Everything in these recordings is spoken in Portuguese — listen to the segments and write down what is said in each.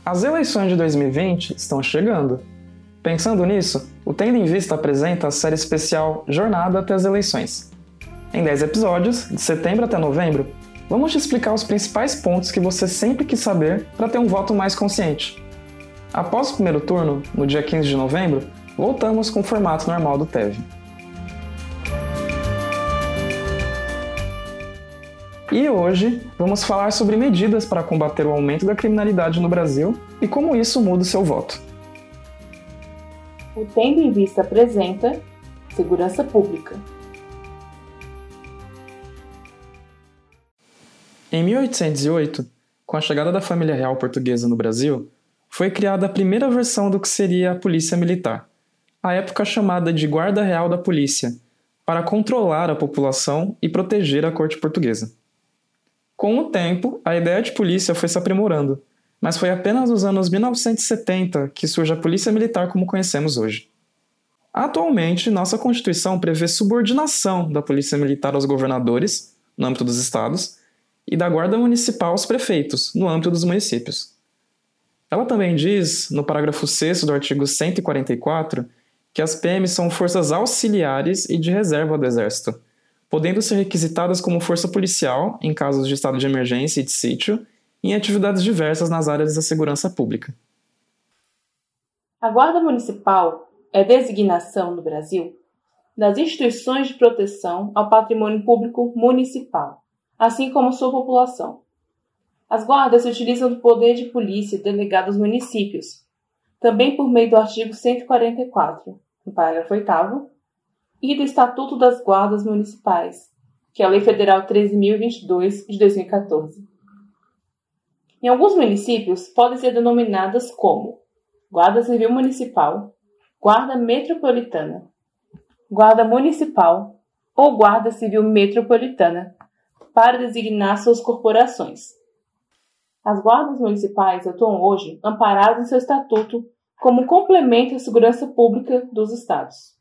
As eleições de 2020 estão chegando. Pensando nisso, o Tendo em Vista apresenta a série especial Jornada até as Eleições. Em 10 episódios, de setembro até novembro, vamos te explicar os principais pontos que você sempre quis saber para ter um voto mais consciente. Após o primeiro turno, no dia 15 de novembro, voltamos com o formato normal do TEV. E hoje vamos falar sobre medidas para combater o aumento da criminalidade no Brasil e como isso muda o seu voto. O Tendo em Vista apresenta Segurança Pública. Em 1808, com a chegada da família real portuguesa no Brasil, foi criada a primeira versão do que seria a Polícia Militar, à época chamada de Guarda Real da Polícia, para controlar a população e proteger a corte portuguesa. Com o tempo, a ideia de polícia foi se aprimorando, mas foi apenas nos anos 1970 que surge a Polícia Militar como conhecemos hoje. Atualmente, nossa Constituição prevê subordinação da Polícia Militar aos governadores, no âmbito dos estados, e da Guarda Municipal aos prefeitos, no âmbito dos municípios. Ela também diz, no parágrafo 6º do artigo 144, que as PMs são forças auxiliares e de reserva do Exército, podendo ser requisitadas como força policial em casos de estado de emergência e de sítio e em atividades diversas nas áreas da segurança pública. A Guarda Municipal é designação no Brasil das instituições de proteção ao patrimônio público municipal, assim como sua população. As guardas se utilizam do poder de polícia delegado aos municípios, também por meio do artigo 144, no parágrafo 8º, e do Estatuto das Guardas Municipais, que é a Lei Federal 13.022 de 2014. Em alguns municípios, podem ser denominadas como Guarda Civil Municipal, Guarda Metropolitana, Guarda Municipal ou Guarda Civil Metropolitana, para designar suas corporações. As guardas municipais atuam hoje amparadas em seu estatuto como complemento à segurança pública dos estados.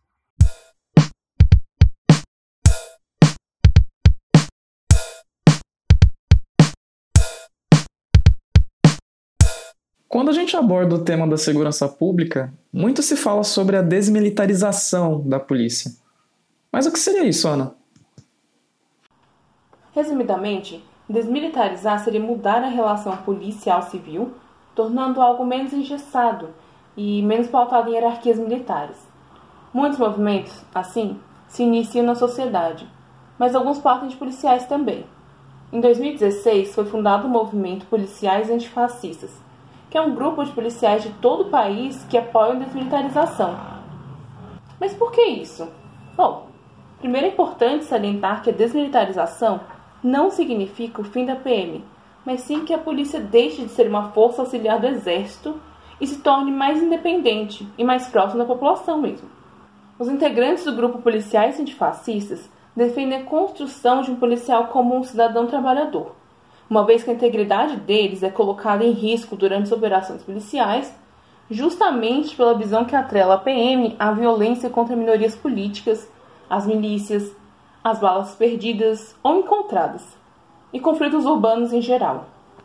Quando a gente aborda o tema da segurança pública, muito se fala sobre a desmilitarização da polícia. Mas o que seria isso, Ana? Resumidamente, desmilitarizar seria mudar a relação policial-civil, tornando algo menos engessado e menos pautado em hierarquias militares. Muitos movimentos, assim, se iniciam na sociedade, mas alguns partem de policiais também. Em 2016, foi fundado o movimento Policiais Antifascistas, que é um grupo de policiais de todo o país que apoiam a desmilitarização. Mas por que isso? Bom, primeiro é importante salientar que a desmilitarização não significa o fim da PM, mas sim que a polícia deixe de ser uma força auxiliar do Exército e se torne mais independente e mais próxima da população mesmo. Os integrantes do grupo Policiais Antifascistas defendem a construção de um policial como um cidadão trabalhador, uma vez que a integridade deles é colocada em risco durante as operações policiais, justamente pela visão que atrela a PM à violência contra minorias políticas, as milícias, as balas perdidas ou encontradas, e conflitos urbanos em geral.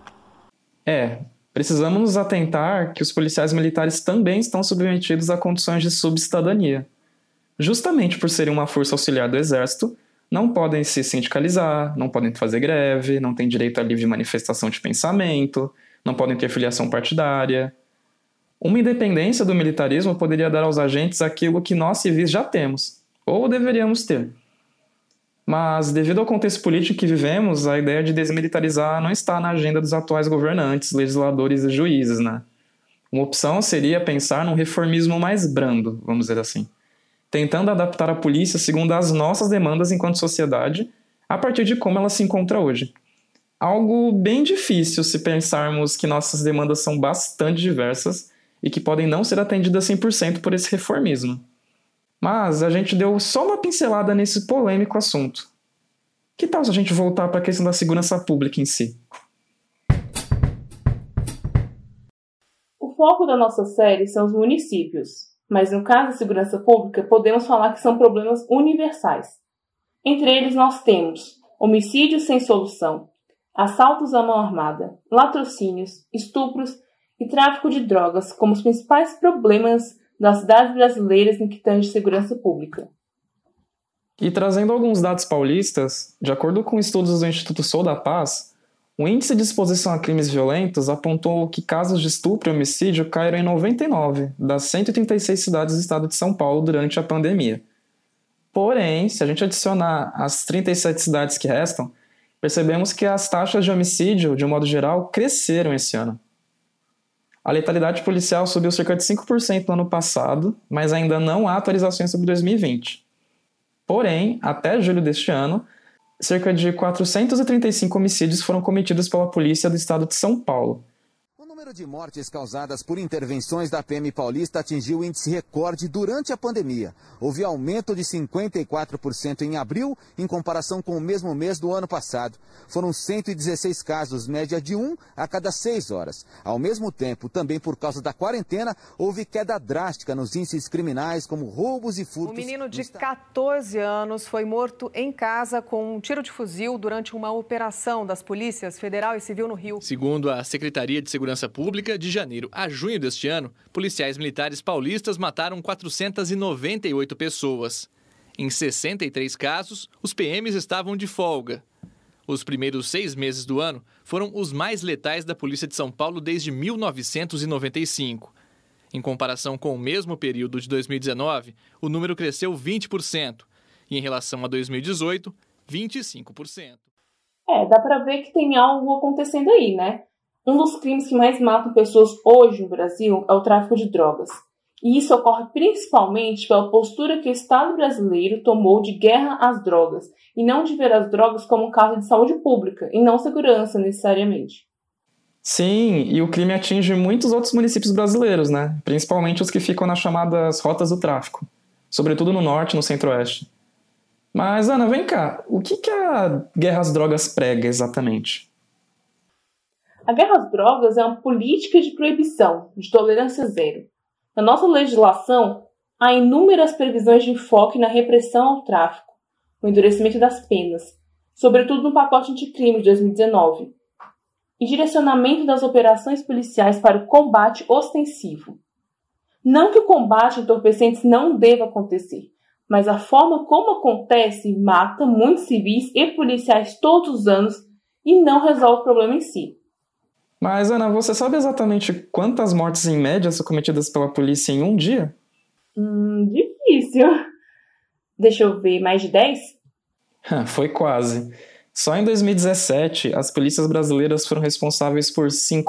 Precisamos nos atentar que os policiais militares também estão submetidos a condições de subcidadania. Justamente por serem uma força auxiliar do Exército, não podem se sindicalizar, não podem fazer greve, não têm direito à livre manifestação de pensamento, não podem ter filiação partidária. Uma independência do militarismo poderia dar aos agentes aquilo que nós civis já temos, ou deveríamos ter. Mas, devido ao contexto político que vivemos, a ideia de desmilitarizar não está na agenda dos atuais governantes, legisladores e juízes, né? Uma opção seria pensar num reformismo mais brando, vamos dizer assim, tentando adaptar a polícia segundo as nossas demandas enquanto sociedade, a partir de como ela se encontra hoje. Algo bem difícil se pensarmos que nossas demandas são bastante diversas e que podem não ser atendidas 100% por esse reformismo. Mas a gente deu só uma pincelada nesse polêmico assunto. Que tal se a gente voltar para a questão da segurança pública em si? O foco da nossa série são os municípios, mas no caso da segurança pública podemos falar que são problemas universais. Entre eles nós temos homicídios sem solução, assaltos à mão armada, latrocínios, estupros e tráfico de drogas como os principais problemas das cidades brasileiras no que tange segurança pública. E trazendo alguns dados paulistas, de acordo com estudos do Instituto Sou da Paz, o índice de exposição a crimes violentos apontou que casos de estupro e homicídio caíram em 99 das 136 cidades do estado de São Paulo durante a pandemia. Porém, se a gente adicionar as 37 cidades que restam, percebemos que as taxas de homicídio, de um modo geral, cresceram esse ano. A letalidade policial subiu cerca de 5% no ano passado, mas ainda não há atualizações sobre 2020. Porém, até julho deste ano, cerca de 435 homicídios foram cometidos pela polícia do estado de São Paulo. O número de mortes causadas por intervenções da PM paulista atingiu o índice recorde durante a pandemia. Houve aumento de 54% em abril, em comparação com o mesmo mês do ano passado. Foram 116 casos, média de 1 a cada 6 horas. Ao mesmo tempo, também por causa da quarentena, houve queda drástica nos índices criminais, como roubos e furtos. Um menino de 14 anos foi morto em casa com um tiro de fuzil durante uma operação das polícias federal e civil no Rio. Segundo a Secretaria de Segurança Pública, de janeiro a junho deste ano, policiais militares paulistas mataram 498 pessoas. Em 63 casos, os PMs estavam de folga. Os primeiros 6 meses do ano foram os mais letais da Polícia de São Paulo desde 1995. Em comparação com o mesmo período de 2019, o número cresceu 20%. E em relação a 2018, 25%. Dá pra ver que tem algo acontecendo aí, né? Um dos crimes que mais matam pessoas hoje no Brasil é o tráfico de drogas. E isso ocorre principalmente pela postura que o Estado brasileiro tomou de guerra às drogas, e não de ver as drogas como um caso de saúde pública, e não segurança necessariamente. Sim, e o crime atinge muitos outros municípios brasileiros, né? Principalmente os que ficam nas chamadas rotas do tráfico, sobretudo no norte e no centro-oeste. Mas, Ana, vem cá, o que a guerra às drogas prega exatamente? A guerra às drogas é uma política de proibição, de tolerância zero. Na nossa legislação, há inúmeras previsões de enfoque na repressão ao tráfico, no endurecimento das penas, sobretudo no pacote anticrime de 2019, e direcionamento das operações policiais para o combate ostensivo. Não que o combate a entorpecentes não deva acontecer, mas a forma como acontece mata muitos civis e policiais todos os anos e não resolve o problema em si. Mas, Ana, você sabe exatamente quantas mortes em média são cometidas pela polícia em um dia? Difícil. Deixa eu ver, mais de 10? Foi quase. Só em 2017, as polícias brasileiras foram responsáveis por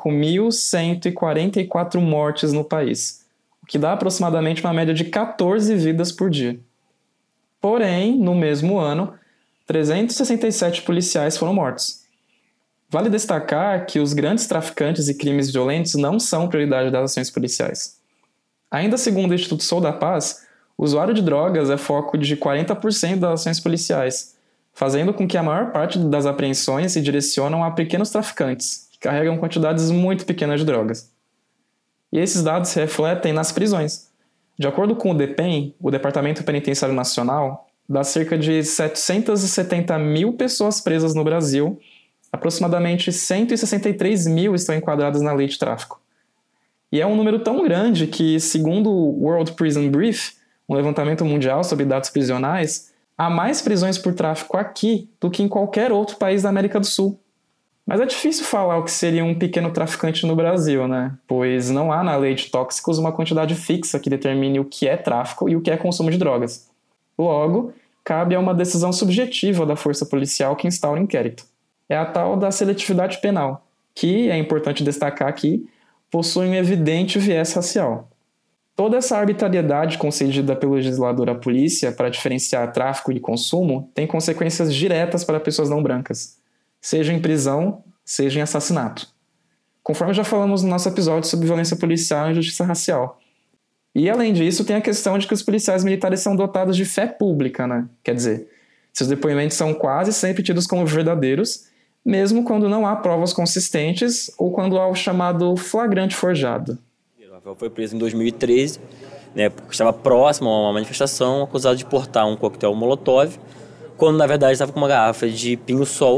5.144 mortes no país, o que dá aproximadamente uma média de 14 vidas por dia. Porém, no mesmo ano, 367 policiais foram mortos. Vale destacar que os grandes traficantes e crimes violentos não são prioridade das ações policiais. Ainda segundo o Instituto Sou da Paz, o usuário de drogas é foco de 40% das ações policiais, fazendo com que a maior parte das apreensões se direcionam a pequenos traficantes, que carregam quantidades muito pequenas de drogas. E esses dados se refletem nas prisões. De acordo com o DEPEN, o Departamento Penitenciário Nacional, das cerca de 770 mil pessoas presas no Brasil, aproximadamente 163 mil estão enquadradas na lei de tráfico. E é um número tão grande que, segundo o World Prison Brief, um levantamento mundial sobre dados prisionais, há mais prisões por tráfico aqui do que em qualquer outro país da América do Sul. Mas é difícil falar o que seria um pequeno traficante no Brasil, né? Pois não há na lei de tóxicos uma quantidade fixa que determine o que é tráfico e o que é consumo de drogas. Logo, cabe a uma decisão subjetiva da força policial que instaura o inquérito. É a tal da seletividade penal, que, é importante destacar aqui, possui um evidente viés racial. Toda essa arbitrariedade concedida pelo legislador à polícia para diferenciar tráfico e consumo tem consequências diretas para pessoas não brancas, seja em prisão, seja em assassinato. Conforme já falamos no nosso episódio sobre violência policial e injustiça racial. E, além disso, tem a questão de que os policiais militares são dotados de fé pública, né? Quer dizer, seus depoimentos são quase sempre tidos como verdadeiros, mesmo quando não há provas consistentes ou quando há o chamado flagrante forjado. O Rafael foi preso em 2013, né, porque estava próximo a uma manifestação, acusado de portar um coquetel Molotov, quando na verdade estava com uma garrafa de pinho-sol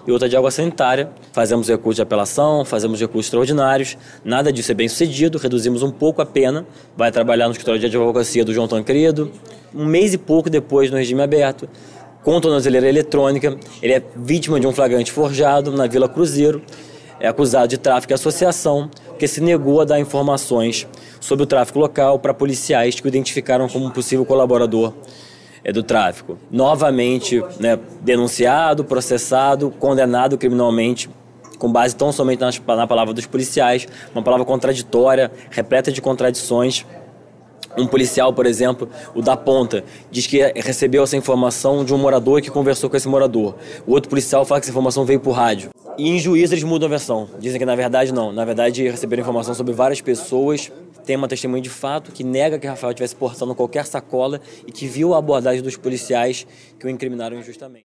e outra de água sanitária. Fazemos recurso de apelação, fazemos recursos extraordinários, nada disso é bem sucedido, reduzimos um pouco a pena, vai trabalhar no escritório de advocacia do João Tancredo. Um mês e pouco depois, no regime aberto, com tornozeleira eletrônica, ele é vítima de um flagrante forjado na Vila Cruzeiro, é acusado de tráfico e associação, porque se negou a dar informações sobre o tráfico local para policiais que o identificaram como um possível colaborador do tráfico. Novamente, denunciado, processado, condenado criminalmente, com base tão somente na palavra dos policiais, uma palavra contraditória, repleta de contradições. Um policial, por exemplo, o da Ponta, diz que recebeu essa informação de um morador que conversou com esse morador. O outro policial fala que essa informação veio por rádio. E em juízo eles mudam a versão. Dizem que na verdade não. Na verdade receberam informação sobre várias pessoas. Tem uma testemunha de fato que nega que Rafael estivesse portando qualquer sacola e que viu a abordagem dos policiais que o incriminaram injustamente.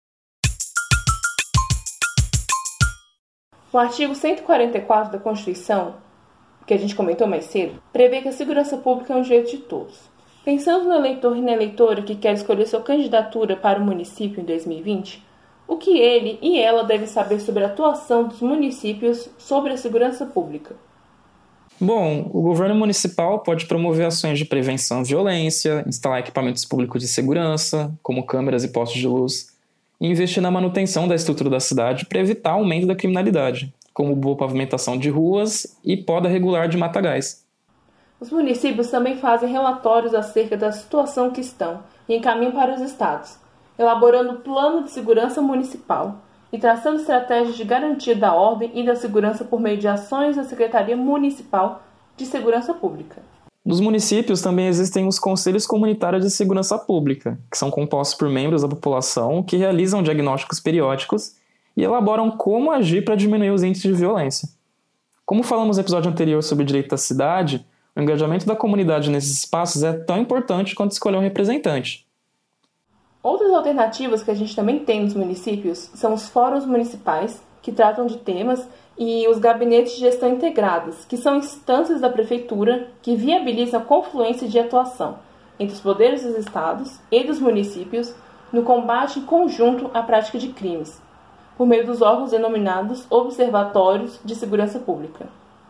O artigo 144 da Constituição, que a gente comentou mais cedo, prevê que a segurança pública é um direito de todos. Pensando no eleitor e na eleitora que quer escolher sua candidatura para o município em 2020, o que ele e ela devem saber sobre a atuação dos municípios sobre a segurança pública? Bom, o governo municipal pode promover ações de prevenção à violência, instalar equipamentos públicos de segurança, como câmeras e postes de luz, e investir na manutenção da estrutura da cidade para evitar o aumento da criminalidade, como boa pavimentação de ruas e poda regular de matagais. Os municípios também fazem relatórios acerca da situação que estão e encaminham para os estados, elaborando plano de segurança municipal e traçando estratégias de garantia da ordem e da segurança por meio de ações da Secretaria Municipal de Segurança Pública. Nos municípios também existem os Conselhos Comunitários de Segurança Pública, que são compostos por membros da população que realizam diagnósticos periódicos e elaboram como agir para diminuir os índices de violência. Como falamos no episódio anterior sobre o direito da cidade, o engajamento da comunidade nesses espaços é tão importante quanto escolher um representante. Outras alternativas que a gente também tem nos municípios são os fóruns municipais, que tratam de temas, e os gabinetes de gestão integrados, que são instâncias da prefeitura que viabilizam a confluência de atuação entre os poderes dos estados e dos municípios no combate em conjunto à prática de crimes, por meio dos órgãos denominados Observatórios de Segurança Pública.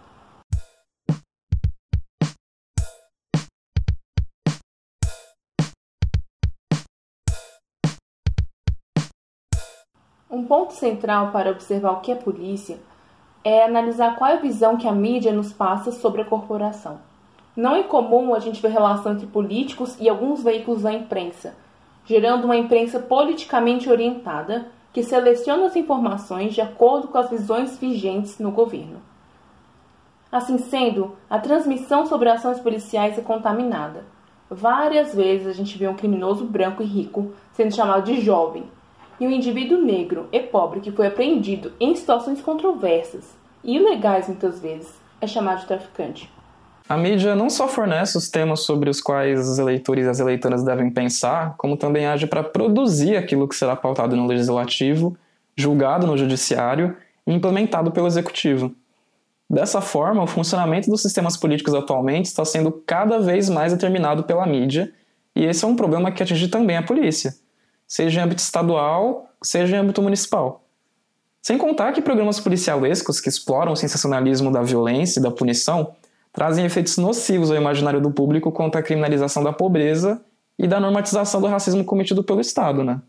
Um ponto central para observar o que é polícia é analisar qual é a visão que a mídia nos passa sobre a corporação. Não é comum a gente ver relação entre políticos e alguns veículos da imprensa, gerando uma imprensa politicamente orientada que seleciona as informações de acordo com as visões vigentes no governo. Assim sendo, a transmissão sobre ações policiais é contaminada. Várias vezes a gente vê um criminoso branco e rico sendo chamado de jovem, e um indivíduo negro e pobre que foi apreendido em situações controversas e ilegais muitas vezes é chamado de traficante. A mídia não só fornece os temas sobre os quais os eleitores e as eleitoras devem pensar, como também age para produzir aquilo que será pautado no legislativo, julgado no judiciário e implementado pelo executivo. Dessa forma, o funcionamento dos sistemas políticos atualmente está sendo cada vez mais determinado pela mídia, e esse é um problema que atinge também a polícia, seja em âmbito estadual, seja em âmbito municipal. Sem contar que programas policialescos que exploram o sensacionalismo da violência e da punição trazem efeitos nocivos ao imaginário do público quanto à criminalização da pobreza e da normatização do racismo cometido pelo Estado, né?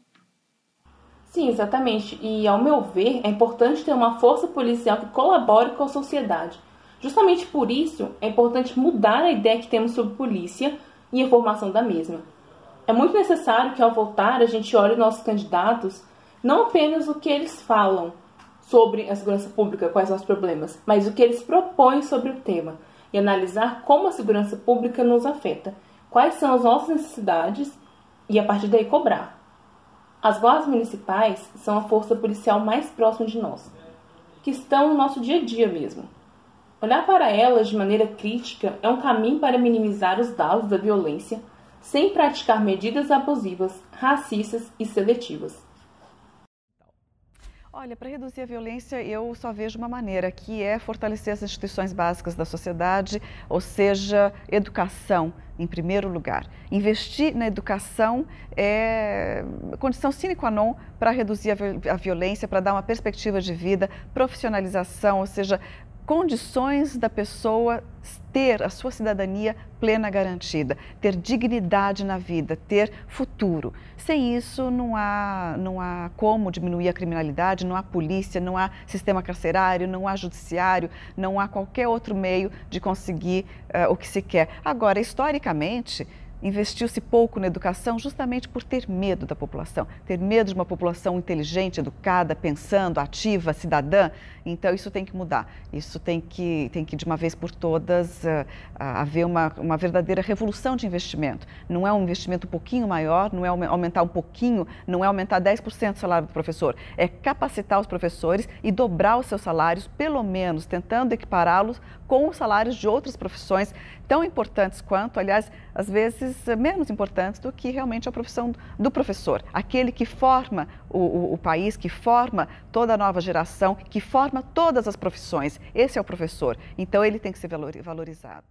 Sim, exatamente. E, ao meu ver, é importante ter uma força policial que colabore com a sociedade. Justamente por isso, é importante mudar a ideia que temos sobre polícia e a formação da mesma. É muito necessário que, ao votar, a gente olhe nossos candidatos não apenas o que eles falam sobre a segurança pública, quais são os problemas, mas o que eles propõem sobre o tema e analisar como a segurança pública nos afeta, quais são as nossas necessidades e, a partir daí, cobrar. As guardas municipais são a força policial mais próxima de nós, que estão no nosso dia a dia mesmo. Olhar para elas de maneira crítica é um caminho para minimizar os dados da violência sem praticar medidas abusivas, racistas e seletivas. Olha, para reduzir a violência, eu só vejo uma maneira, que é fortalecer as instituições básicas da sociedade, ou seja, educação em primeiro lugar. Investir na educação é condição sine qua non para reduzir a violência, para dar uma perspectiva de vida, profissionalização, ou seja, condições da pessoa ter a sua cidadania plena garantida, ter dignidade na vida, ter futuro. Sem isso, não há como diminuir a criminalidade, não há polícia, não há sistema carcerário, não há judiciário, não há qualquer outro meio de conseguir o que se quer. Agora, historicamente, investiu-se pouco na educação justamente por ter medo da população, ter medo de uma população inteligente, educada, pensando, ativa, cidadã. Então isso tem que mudar, isso tem que de uma vez por todas haver uma verdadeira revolução de investimento. Não é um investimento um pouquinho maior, não é aumentar um pouquinho, não é aumentar 10% o salário do professor, é capacitar os professores e dobrar os seus salários, pelo menos tentando equipará-los com os salários de outras profissões tão importantes quanto, aliás, às vezes menos importantes do que realmente a profissão do professor, aquele que forma o país, que forma toda a nova geração, que forma todas as profissões. Esse é o professor, então ele tem que ser valorizado.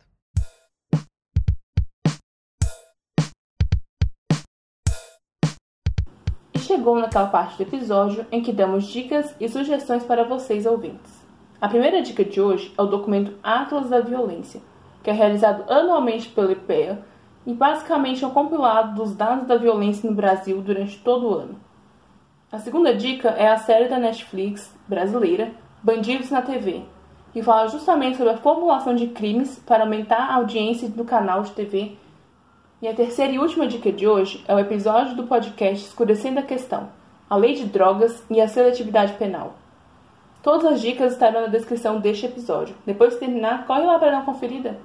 E chegou naquela parte do episódio em que damos dicas e sugestões para vocês ouvintes. A primeira dica de hoje é o documento Atlas da Violência, que é realizado anualmente pelo IPEA e basicamente é um compilado dos dados da violência no Brasil durante todo o ano. A segunda dica é a série da Netflix brasileira Bandidos na TV, que fala justamente sobre a formulação de crimes para aumentar a audiência do canal de TV. E a terceira e última dica de hoje é o episódio do podcast Escurecendo a Questão, a Lei de Drogas e a Seletividade Penal. Todas as dicas estarão na descrição deste episódio. Depois de terminar, corre lá para dar uma conferida.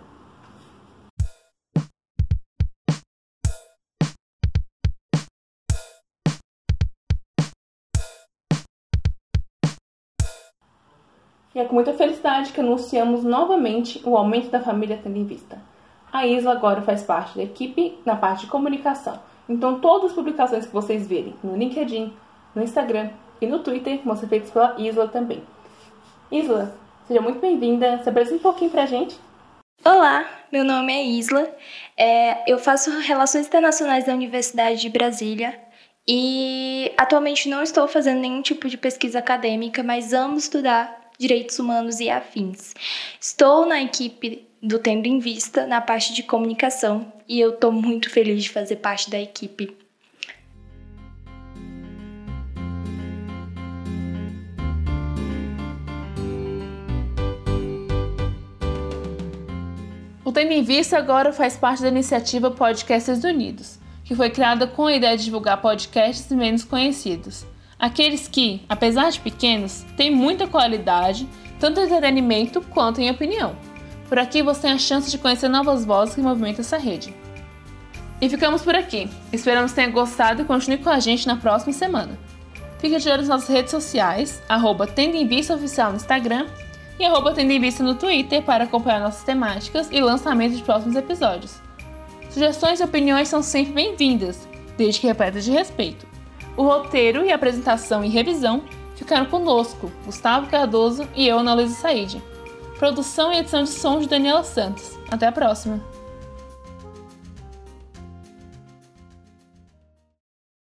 E é com muita felicidade que anunciamos novamente o aumento da família Tendo em Vista. A Isla agora faz parte da equipe na parte de comunicação. Então todas as publicações que vocês verem no LinkedIn, no Instagram e no Twitter vão ser feitas pela Isla também. Isla, seja muito bem-vinda. Se apresenta um pouquinho pra gente. Olá, meu nome é Isla. Eu faço Relações Internacionais da Universidade de Brasília e atualmente não estou fazendo nenhum tipo de pesquisa acadêmica, mas amo estudar direitos humanos e afins. Estou na equipe do Tendo em Vista, na parte de comunicação, e eu estou muito feliz de fazer parte da equipe. O Tendo em Vista agora faz parte da iniciativa Podcasters Unidos, que foi criada com a ideia de divulgar podcasts menos conhecidos. Aqueles que, apesar de pequenos, têm muita qualidade, tanto em entretenimento quanto em opinião. Por aqui você tem a chance de conhecer novas vozes que movimentam essa rede. E ficamos por aqui. Esperamos que tenha gostado e continue com a gente na próxima semana. Fique de olho nas nossas redes sociais, @Tendo em Vista Oficial no Instagram e @Tendo em Vista no Twitter para acompanhar nossas temáticas e lançamentos de próximos episódios. Sugestões e opiniões são sempre bem-vindas, desde que repletas de respeito. O roteiro e apresentação e revisão ficaram conosco, Gustavo Cardoso e eu, Ana Luísa Said. Produção e edição de som de Daniela Santos. Até a próxima!